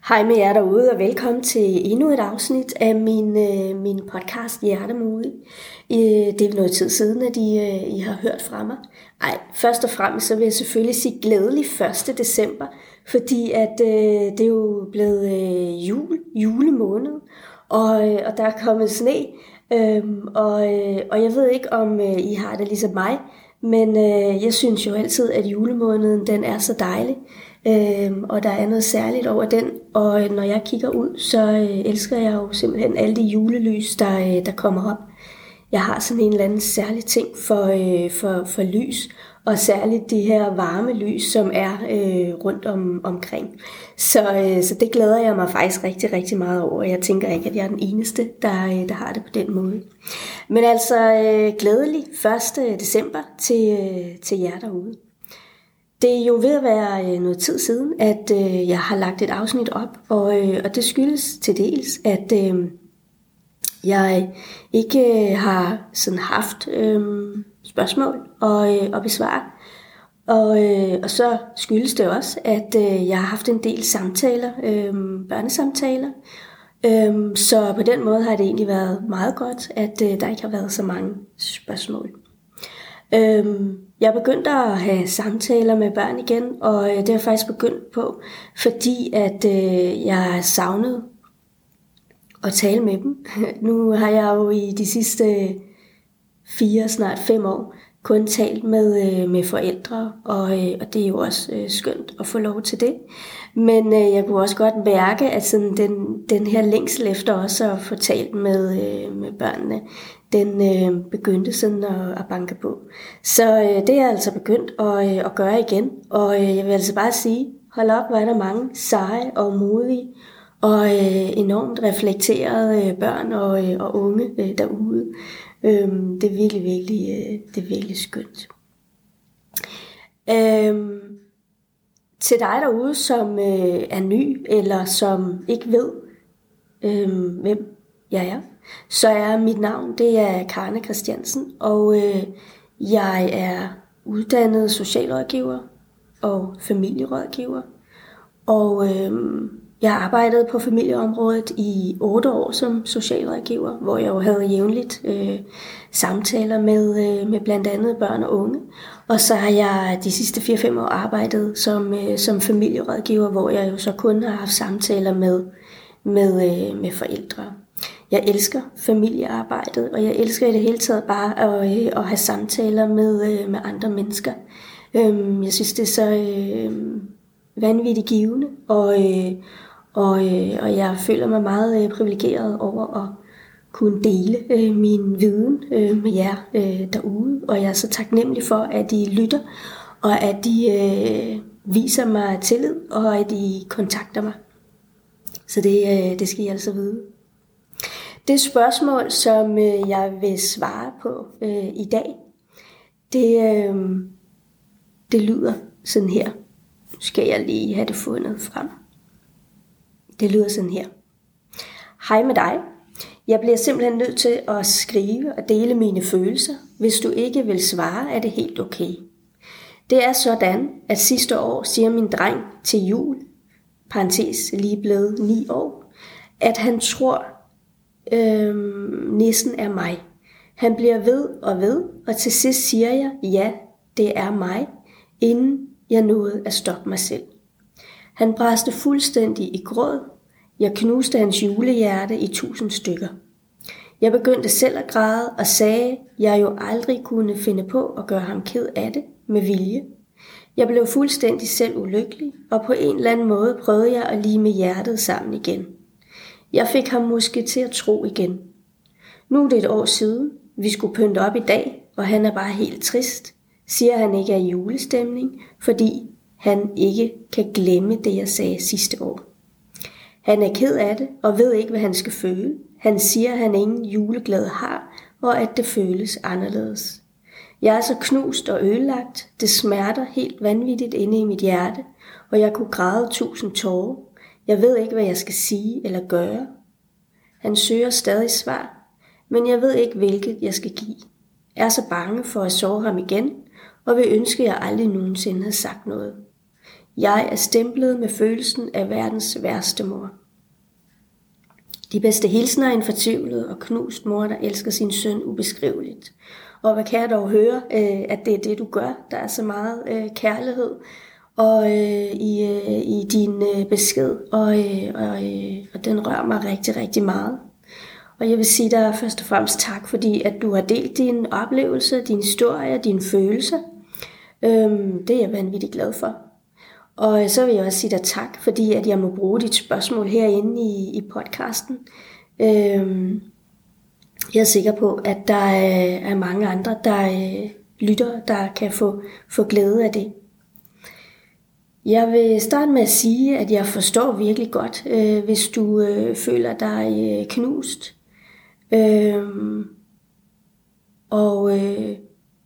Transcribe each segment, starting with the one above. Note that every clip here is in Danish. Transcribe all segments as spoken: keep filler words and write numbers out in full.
Hej med jer derude, og velkommen til endnu et afsnit af min, øh, min podcast Hjertemodig. Det er noget tid siden, at I, øh, I har hørt fra mig. Ej, først og fremmest så vil jeg selvfølgelig sige glædelig første december, fordi at, øh, det er jo blevet øh, jul, julemåned, og, øh, og der er kommet sne. Øh, og, øh, og jeg ved ikke, om øh, I har det ligesom mig, men øh, jeg synes jo altid, at julemåneden den er så dejlig. Øhm, og der er noget særligt over den, og når jeg kigger ud, så øh, elsker jeg jo simpelthen alle de julelys, der, øh, der kommer op. Jeg har sådan en eller anden særlig ting for, øh, for, for lys, og særligt de her varme lys, som er øh, rundt om, omkring. Så, øh, så det glæder jeg mig faktisk rigtig, rigtig meget over. Jeg tænker ikke, at jeg er den eneste, der, øh, der har det på den måde. Men altså øh, glædelig første december til, øh, til jer derude. Det er jo ved at være noget tid siden, at øh, jeg har lagt et afsnit op, og, øh, og det skyldes til dels, at øh, jeg ikke øh, har sådan haft øh, spørgsmål og, øh, og besvare. Og, øh, og så skyldes det også, at øh, jeg har haft en del samtaler, øh, børnesamtaler. Øh, så på den måde har det egentlig været meget godt, at øh, der ikke har været så mange spørgsmål. Øhm, jeg er begyndt at have samtaler med børn igen, og det har jeg faktisk begyndt på, fordi at øh, jeg savnede at tale med dem. Nu har jeg jo i de sidste fire, snart fem år kun talt med, øh, med forældre, og, øh, og det er jo også øh, skønt at få lov til det. Men øh, jeg kunne også godt mærke, at sådan den, den her længsel efter også at få talt med, øh, med børnene, den øh, begyndte sådan at, at banke på. Så øh, det er jeg altså begyndt at, øh, at gøre igen, og øh, jeg vil altså bare sige, hold op, hvor er der mange seje og modige og øh, enormt reflekterede øh, børn og, øh, og unge øh, derude. Øhm, det er virkelig, virkelig, øh, det er virkelig skønt. Øhm, til dig derude, som øh, er ny, eller som ikke ved, øh, hvem jeg er, så er mit navn, det er Karen Christiansen, og øh, jeg er uddannet socialrådgiver og familierådgiver, og øh, jeg har arbejdet på familieområdet i otte år som socialrådgiver, hvor jeg jo havde jævnligt øh, samtaler med, øh, med blandt andet børn og unge. Og så har jeg de sidste fire fem år arbejdet som, øh, som familierådgiver, hvor jeg jo så kun har haft samtaler med, med, øh, med forældre. Jeg elsker familiearbejdet, og jeg elsker i det hele taget bare at, øh, at have samtaler med, øh, med andre mennesker. Øh, jeg synes, det er så øh, vanvittigt givende, og øh, Og, øh, og jeg føler mig meget øh, privilegeret over at kunne dele øh, min viden øh, med jer øh, derude. Og jeg er så taknemmelig for, at I lytter, og at I øh, viser mig tillid, og at I kontakter mig. Så det, øh, det skal I altså vide. Det spørgsmål, som øh, jeg vil svare på øh, i dag, det, øh, det lyder sådan her. Nu skal jeg lige have det fundet frem. Det lyder sådan her. Hej med dig. Jeg bliver simpelthen nødt til at skrive og dele mine følelser. Hvis du ikke vil svare, er det helt okay. Det er sådan, at sidste år siger min dreng til jul, parentes lige blevet ni år, at han tror, øh, nissen er mig. Han bliver ved og ved, og til sidst siger jeg, ja, det er mig, inden jeg nåede at stoppe mig selv. Han bræste fuldstændig i gråd. Jeg knuste hans julehjerte i tusind stykker. Jeg begyndte selv at græde og sagde, jeg jo aldrig kunne finde på at gøre ham ked af det med vilje. Jeg blev fuldstændig selv ulykkelig, og på en eller anden måde prøvede jeg at lime hjertet sammen igen. Jeg fik ham måske til at tro igen. Nu er det et år siden. Vi skulle pynte op i dag, og han er bare helt trist. Siger han ikke er i julestemning, fordi han ikke kan glemme det, jeg sagde sidste år. Han er ked af det og ved ikke, hvad han skal føle. Han siger, at han ingen juleglæde har, og at det føles anderledes. Jeg er så knust og ødelagt. Det smerter helt vanvittigt inde i mit hjerte, og jeg kunne græde tusind tårer. Jeg ved ikke, hvad jeg skal sige eller gøre. Han søger stadig svar, men jeg ved ikke, hvilket jeg skal give. Jeg er så bange for at såre ham igen, og vil ønske, at jeg aldrig nogensinde havde sagt noget. Jeg er stemplet med følelsen af verdens værste mor. De bedste hilsner er en fortvivlet og knust mor, der elsker sin søn ubeskriveligt. Og hvad kan jeg dog høre, øh, at det er det, du gør? Der er så meget øh, kærlighed og, øh, i, øh, i din øh, besked, og, øh, og, øh, og den rører mig rigtig, rigtig meget. Og jeg vil sige dig først og fremmest tak, fordi at du har delt dine oplevelser, dine historier, dine følelser. Øhm, det er jeg vanvittigt glad for. Og så vil jeg også sige dig tak, fordi at jeg må bruge dit spørgsmål herinde i, i podcasten. Øhm, jeg er sikker på, at der er, er mange andre, der øh, lytter, der kan få, få glæde af det. Jeg vil starte med at sige, at jeg forstår virkelig godt, øh, hvis du øh, føler dig øh, knust. Øhm, og øh,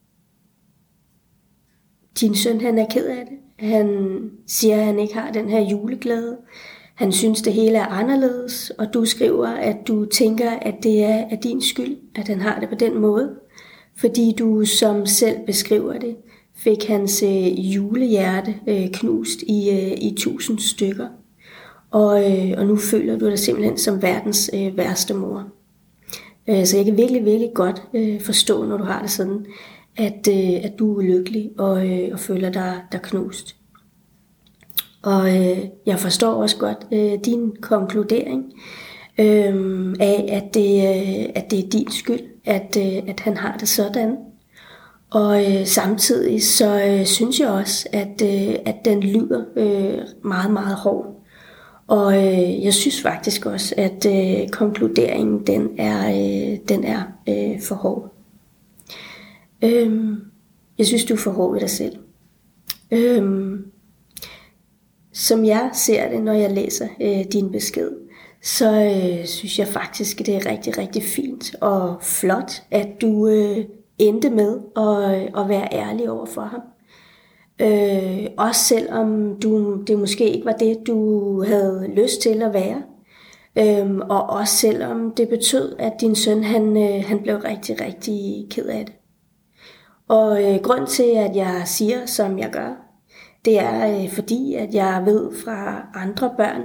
din søn, han er ked af det. Han siger, at han ikke har den her juleglæde. Han synes, det hele er anderledes, og du skriver, at du tænker, at det er af din skyld, at han har det på den måde. Fordi du, som selv beskriver det, fik hans øh, julehjerte øh, knust i, øh, i tusind stykker. Og, øh, og nu føler du dig simpelthen som verdens øh, værste mor. Øh, så jeg kan virkelig, virkelig godt øh, forstå, når du har det sådan, at, øh, at du er ulykkelig og, øh, og føler dig, dig knust. Og øh, jeg forstår også godt øh, din konkludering øh, af, at det, øh, at det er din skyld, at, øh, at han har det sådan. Og øh, samtidig så øh, synes jeg også, at, øh, at den lyder øh, meget, meget hård. Og øh, jeg synes faktisk også, at øh, konkluderingen den er, øh, den er øh, for hård. Øhm, jeg synes, du er for hård ved dig selv. Øhm, som jeg ser det, når jeg læser øh, din besked, så øh, synes jeg faktisk, at det er rigtig, rigtig fint og flot, at du øh, endte med at, at være ærlig over for ham. Øh, også selvom du, det måske ikke var det, du havde lyst til at være. Øh, og også selvom det betød, at din søn han, øh, han blev rigtig, rigtig ked af det. Og øh, grund til, at jeg siger, som jeg gør, det er øh, fordi, at jeg ved fra andre børn,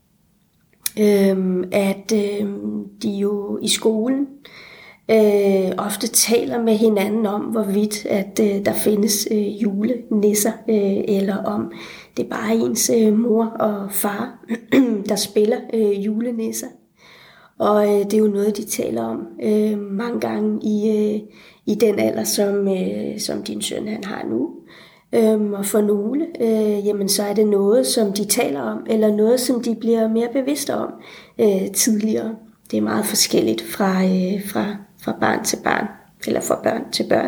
øh, at øh, de jo i skolen øh, ofte taler med hinanden om, hvorvidt at øh, der findes øh, julenisser, øh, eller om det er bare ens øh, mor og far, der spiller øh, julenisser. Og øh, det er jo noget, de taler om øh, mange gange i, øh, i den alder, som, øh, som din søn han har nu. Øhm, og for nogle, øh, jamen, så er det noget, som de taler om, eller noget, som de bliver mere bevidste om øh, tidligere. Det er meget forskelligt fra, øh, fra, fra barn til barn, eller fra børn til børn.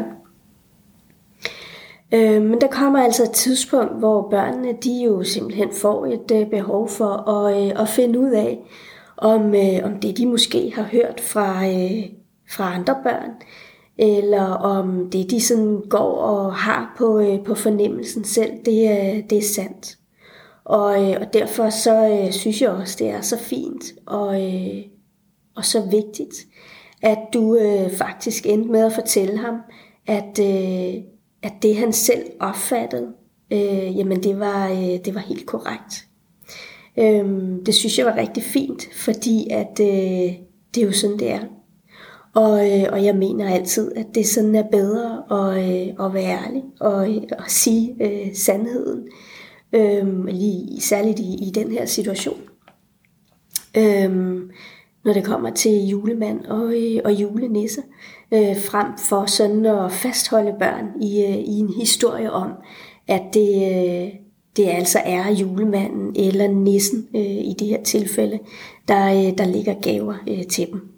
Øh, men der kommer altså et tidspunkt, hvor børnene de jo simpelthen får et øh, behov for at, øh, at finde ud af, om, øh, om det de måske har hørt fra, øh, fra andre børn, eller om det de sådan går og har på, øh, på fornemmelsen selv, det er, det er sandt. Og, øh, og derfor så øh, synes jeg også, det er så fint og, øh, og så vigtigt, at du øh, faktisk endte med at fortælle ham, at, øh, at det han selv opfattede, øh, jamen det var, øh, det var helt korrekt. Øhm, det synes jeg var rigtig fint, fordi at øh, det er jo sådan, det er. Og, øh, og jeg mener altid, at det sådan er bedre at, øh, at være ærlig og øh, at sige øh, sandheden, øh, lige, særligt i, i den her situation. Øh, når det kommer til julemand og, øh, og julenisser, øh, frem for sådan at fastholde børn i, øh, i en historie om, at det... Øh, det altså er julemanden eller nissen øh, i det her tilfælde, der, øh, der ligger gaver øh, til dem.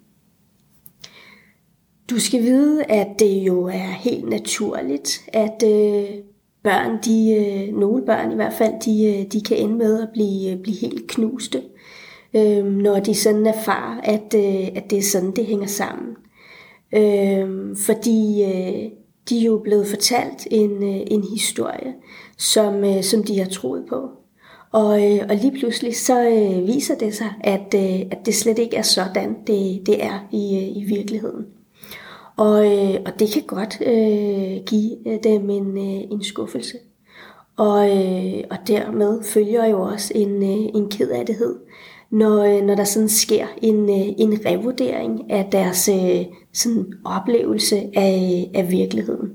Du skal vide, at det jo er helt naturligt, at øh, børn, de, øh, nogle børn i hvert fald, de, de kan ende med at blive, blive helt knuste, øh, når de sådan erfarer, at, øh, at det er sådan, det hænger sammen. Øh, fordi øh, de er jo blevet fortalt en, en historie, som, som de har troet på. Og, og lige pludselig så øh, viser det sig, at, øh, at det slet ikke er sådan, det, det er i, i virkeligheden. Og, øh, og det kan godt øh, give dem en, øh, en skuffelse. Og, øh, og dermed følger jo også en, øh, en kedattighed, når, øh, når der sådan sker en, øh, en revurdering af deres øh, sådan oplevelse af, af virkeligheden.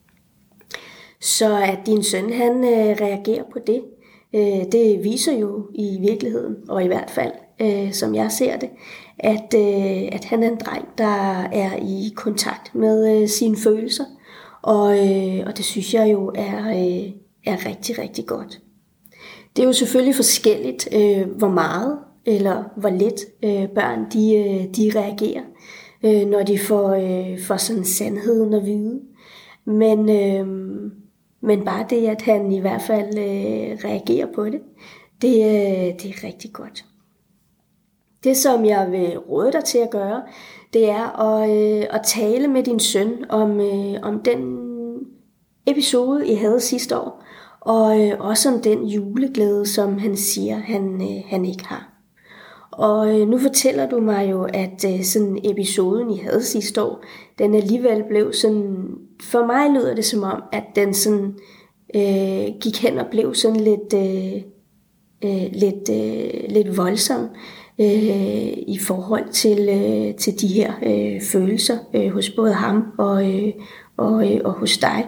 Så at din søn han øh, reagerer på det, øh, det viser jo i virkeligheden, og i hvert fald, øh, som jeg ser det, at, øh, at han er en dreng, der er i kontakt med øh, sine følelser, og, øh, og det synes jeg jo er, øh, er rigtig, rigtig godt. Det er jo selvfølgelig forskelligt, øh, hvor meget eller hvor lidt øh, børn de, øh, de reagerer, øh, når de får, øh, får sådan sandheden at vide. Men, øh, men bare det, at han i hvert fald øh, reagerer på det, det, øh, det er rigtig godt. Det, som jeg vil råde dig til at gøre, det er at, øh, at tale med din søn om, øh, om den episode, I havde sidste år, og øh, også om den juleglæde, som han siger, han, øh, han ikke har. Og øh, nu fortæller du mig jo, at øh, sådan episoden, I havde sidste år, den alligevel blev sådan, for mig lyder det som om, at den sådan øh, gik hen og blev sådan lidt, øh, øh, lidt, øh, lidt voldsom øh, i forhold til, øh, til de her øh, følelser øh, hos både ham og, øh, og, øh, og hos dig.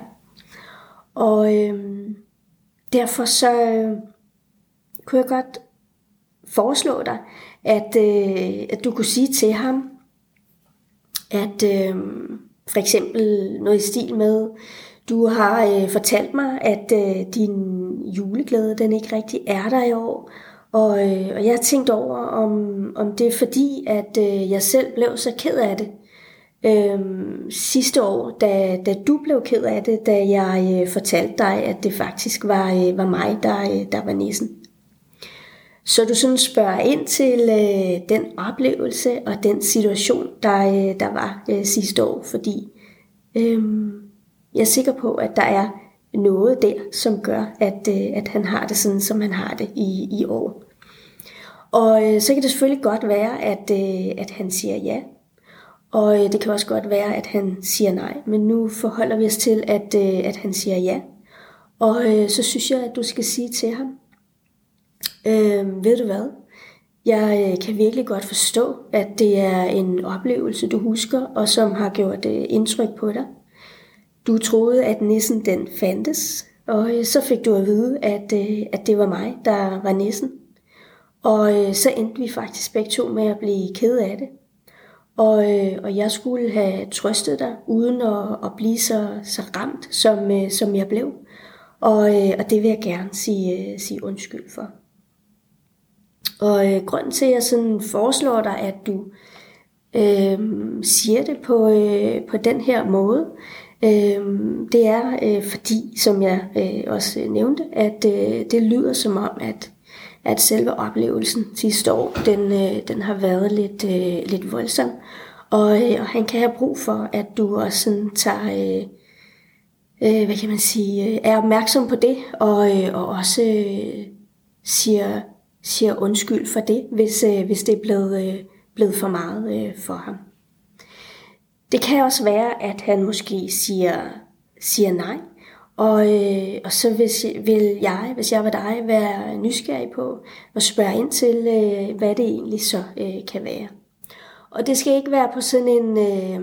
Og øh, derfor så øh, kunne jeg godt foreslå dig, at, øh, at du kunne sige til ham, at øh, for eksempel noget i stil med, du har øh, fortalt mig, at øh, din juleglæde, den ikke rigtig er der i år, og, øh, og jeg har tænkt over, om, om det er fordi, at øh, jeg selv blev så ked af det øh, sidste år, da, da du blev ked af det, da jeg øh, fortalte dig, at det faktisk var, øh, var mig, der, øh, der var nissen. Så du sådan spørger ind til øh, den oplevelse og den situation, der, øh, der var øh, sidste år, fordi øh, jeg er sikker på, at der er noget der, som gør, at, øh, at han har det sådan, som han har det i, i år. Og øh, så kan det selvfølgelig godt være, at, øh, at han siger ja, og øh, det kan også godt være, at han siger nej, men nu forholder vi os til, at, øh, at han siger ja, og øh, så synes jeg, at du skal sige til ham, Øh, ved du hvad? Jeg øh, kan virkelig godt forstå, at det er en oplevelse, du husker, og som har gjort øh, indtryk på dig. Du troede, at nissen den fandtes, og øh, så fik du at vide, at, øh, at det var mig, der var nissen. Og øh, så endte vi faktisk begge to med at blive ked af det. Og, øh, og jeg skulle have trøstet dig, uden at, at blive så, så ramt, som, øh, som jeg blev. Og, øh, og det vil jeg gerne sige, øh, sige undskyld for. Og øh, grunden til, at jeg sådan foreslår dig, at du øh, siger det på, øh, på den her måde, øh, det er øh, fordi, som jeg øh, også nævnte, at øh, det lyder som om, at, at selve oplevelsen sidste år, den, øh, den har været lidt, øh, lidt voldsom. Og, øh, og han kan have brug for, at du også sådan tager, øh, øh, hvad kan man sige, øh, er opmærksom på det, og, øh, og også øh, siger... siger undskyld for det, hvis, øh, hvis det er blevet, øh, blevet for meget øh, for ham. Det kan også være, at han måske siger, siger nej, og, øh, og så hvis, vil jeg, hvis jeg var dig, være nysgerrig på og spørge ind til, øh, hvad det egentlig så øh, kan være. Og det skal ikke være på sådan en... Øh,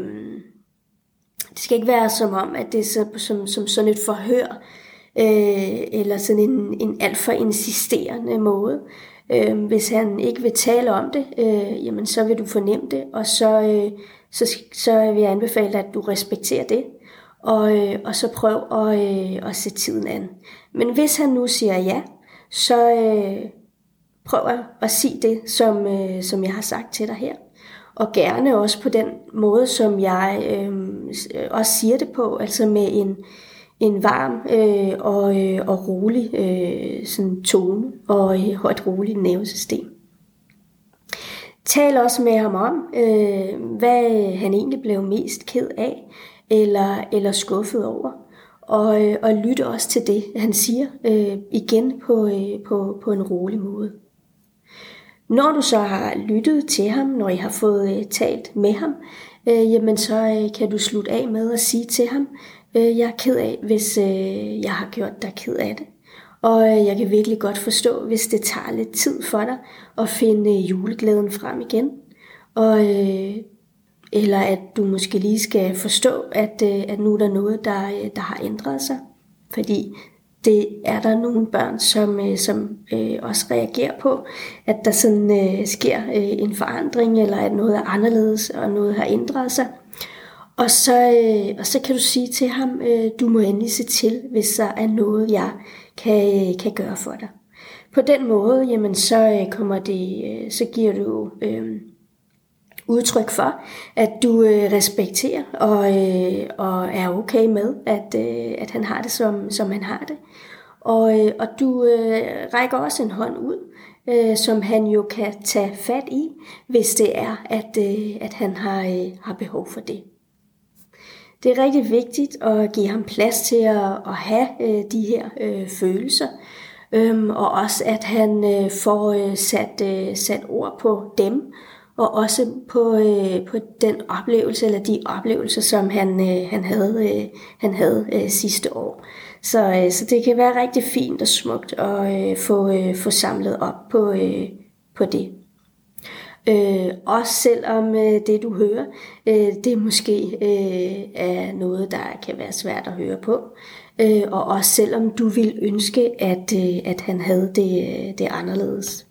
det skal ikke være som om, at det er så, som, som sådan et forhør, øh, eller sådan en, en alt for insisterende måde. Øh, hvis han ikke vil tale om det, øh, jamen så vil du fornemme det, og så, øh, så, så vil jeg anbefale, at du respekterer det, og, øh, og så prøv at, øh, at sætte tiden an. Men hvis han nu siger ja, så øh, prøv at sige det, som, øh, som jeg har sagt til dig her. Og gerne også på den måde, som jeg øh, også siger det på, altså med en en varm øh, og, øh, og rolig øh, sådan tone og, øh, og et roligt nervesystem. Tal også med ham om, øh, hvad han egentlig blev mest ked af eller, eller skuffet over. Og, øh, og lyt også til det, han siger, øh, igen på, øh, på, på en rolig måde. Når du så har lyttet til ham, når I har fået øh, talt med ham, øh, jamen så øh, kan du slutte af med at sige til ham, jeg er ked af, hvis øh, jeg har gjort dig ked af det. Og øh, jeg kan virkelig godt forstå, hvis det tager lidt tid for dig at finde juleglæden frem igen. Og, øh, eller at du måske lige skal forstå, at, øh, at nu er der noget, der, øh, der har ændret sig. Fordi det er der nogle børn, som, øh, som øh, også reagerer på, at der sådan øh, sker øh, en forandring, eller at noget er anderledes, og noget har ændret sig. Og så, øh, og så kan du sige til ham, øh, du må endelig se til, hvis der er noget, jeg kan, kan gøre for dig. På den måde, jamen, så øh, kommer det, øh, så giver du øh, udtryk for, at du øh, respekterer og, øh, og er okay med, at, øh, at han har det, som, som han har det. Og, øh, og du øh, rækker også en hånd ud, øh, som han jo kan tage fat i, hvis det er, at, øh, at han har, øh, har behov for det. Det er rigtig vigtigt at give ham plads til at, at have øh, de her øh, følelser, øhm, og også at han øh, får øh, sat, øh, sat ord på dem, og også på, øh, på den oplevelse, eller de oplevelser, som han, øh, han havde, øh, han havde øh, sidste år. Så, øh, så det kan være rigtig fint og smukt at øh, få, øh, få samlet op på, øh, på det. Øh, også selvom øh, det du hører, øh, det måske øh, er noget, der kan være svært at høre på. Øh, og også selvom du vil ønske, at, øh, at han havde det, det anderledes.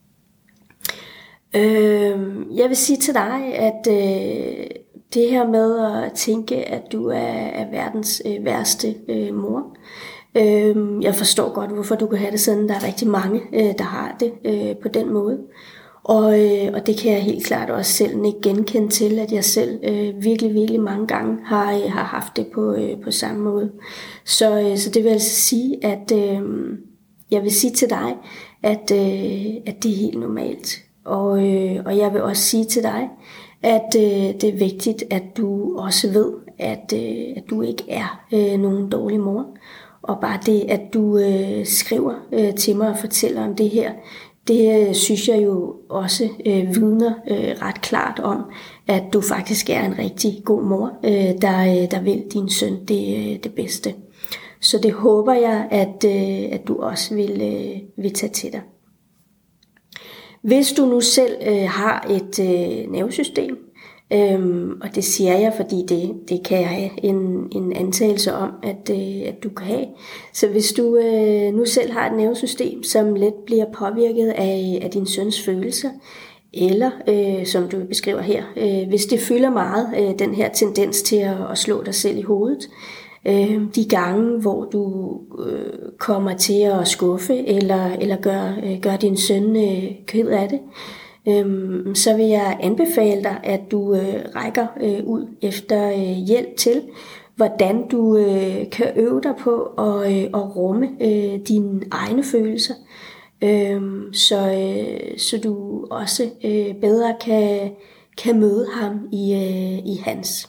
Øh, jeg vil sige til dig, at øh, det her med at tænke, at du er, er verdens øh, værste øh, mor. Øh, jeg forstår godt, hvorfor du kan have det sådan. Der er rigtig mange, øh, der har det øh, på den måde. Og, øh, og det kan jeg helt klart også selv ikke genkende til, at jeg selv øh, virkelig, virkelig mange gange har, øh, har haft det på, øh, på samme måde. Så, øh, så det vil altså sige, at øh, jeg vil sige til dig, at, øh, at det er helt normalt. Og, øh, og jeg vil også sige til dig, at øh, det er vigtigt, at du også ved, at, øh, at du ikke er øh, nogen dårlig mor. Og bare det, at du øh, skriver øh, til mig og fortæller om det her, det øh, synes jeg jo også øh, vidner øh, ret klart om, at du faktisk er en rigtig god mor, øh, der, øh, der vil din søn det, øh, det bedste. Så det håber jeg, at, øh, at du også vil, øh, vil tage til dig. Hvis du nu selv øh, har et øh, nervesystem, øhm, og det siger jeg, fordi det, det kan jeg have en, en antagelse om, at, øh, at du kan have. Så hvis du øh, nu selv har et nervesystem, som let bliver påvirket af, af din søns følelser, eller øh, som du beskriver her, øh, hvis det fylder meget, øh, den her tendens til at, at slå dig selv i hovedet, øh, de gange, hvor du øh, kommer til at skuffe, eller, eller gøre øh, gør din søn øh, ked af det, Øhm, så vil jeg anbefale dig, at du øh, rækker øh, ud efter øh, hjælp til, hvordan du øh, kan øve dig på at, øh, at rumme øh, dine egne følelser, øhm, så, øh, så du også øh, bedre kan, kan møde ham i, øh, i hans.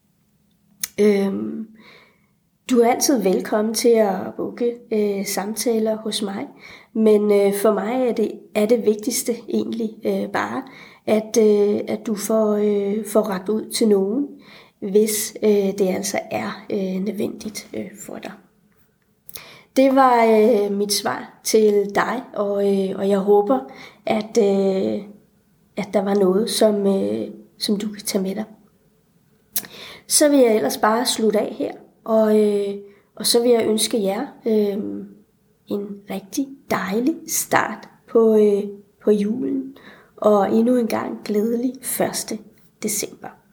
Øhm, Du er altid velkommen til at booke øh, samtaler hos mig, men øh, for mig er det, er det vigtigste egentlig øh, bare, at, øh, at du får, øh, får rakt ud til nogen, hvis øh, det altså er øh, nødvendigt øh, for dig. Det var øh, mit svar til dig, og, øh, og jeg håber, at, øh, at der var noget, som, øh, som du kan tage med dig. Så vil jeg ellers bare slutte af her. Og, øh, og så vil jeg ønske jer øh, en rigtig dejlig start på, øh, på julen, og endnu en gang glædelig første december.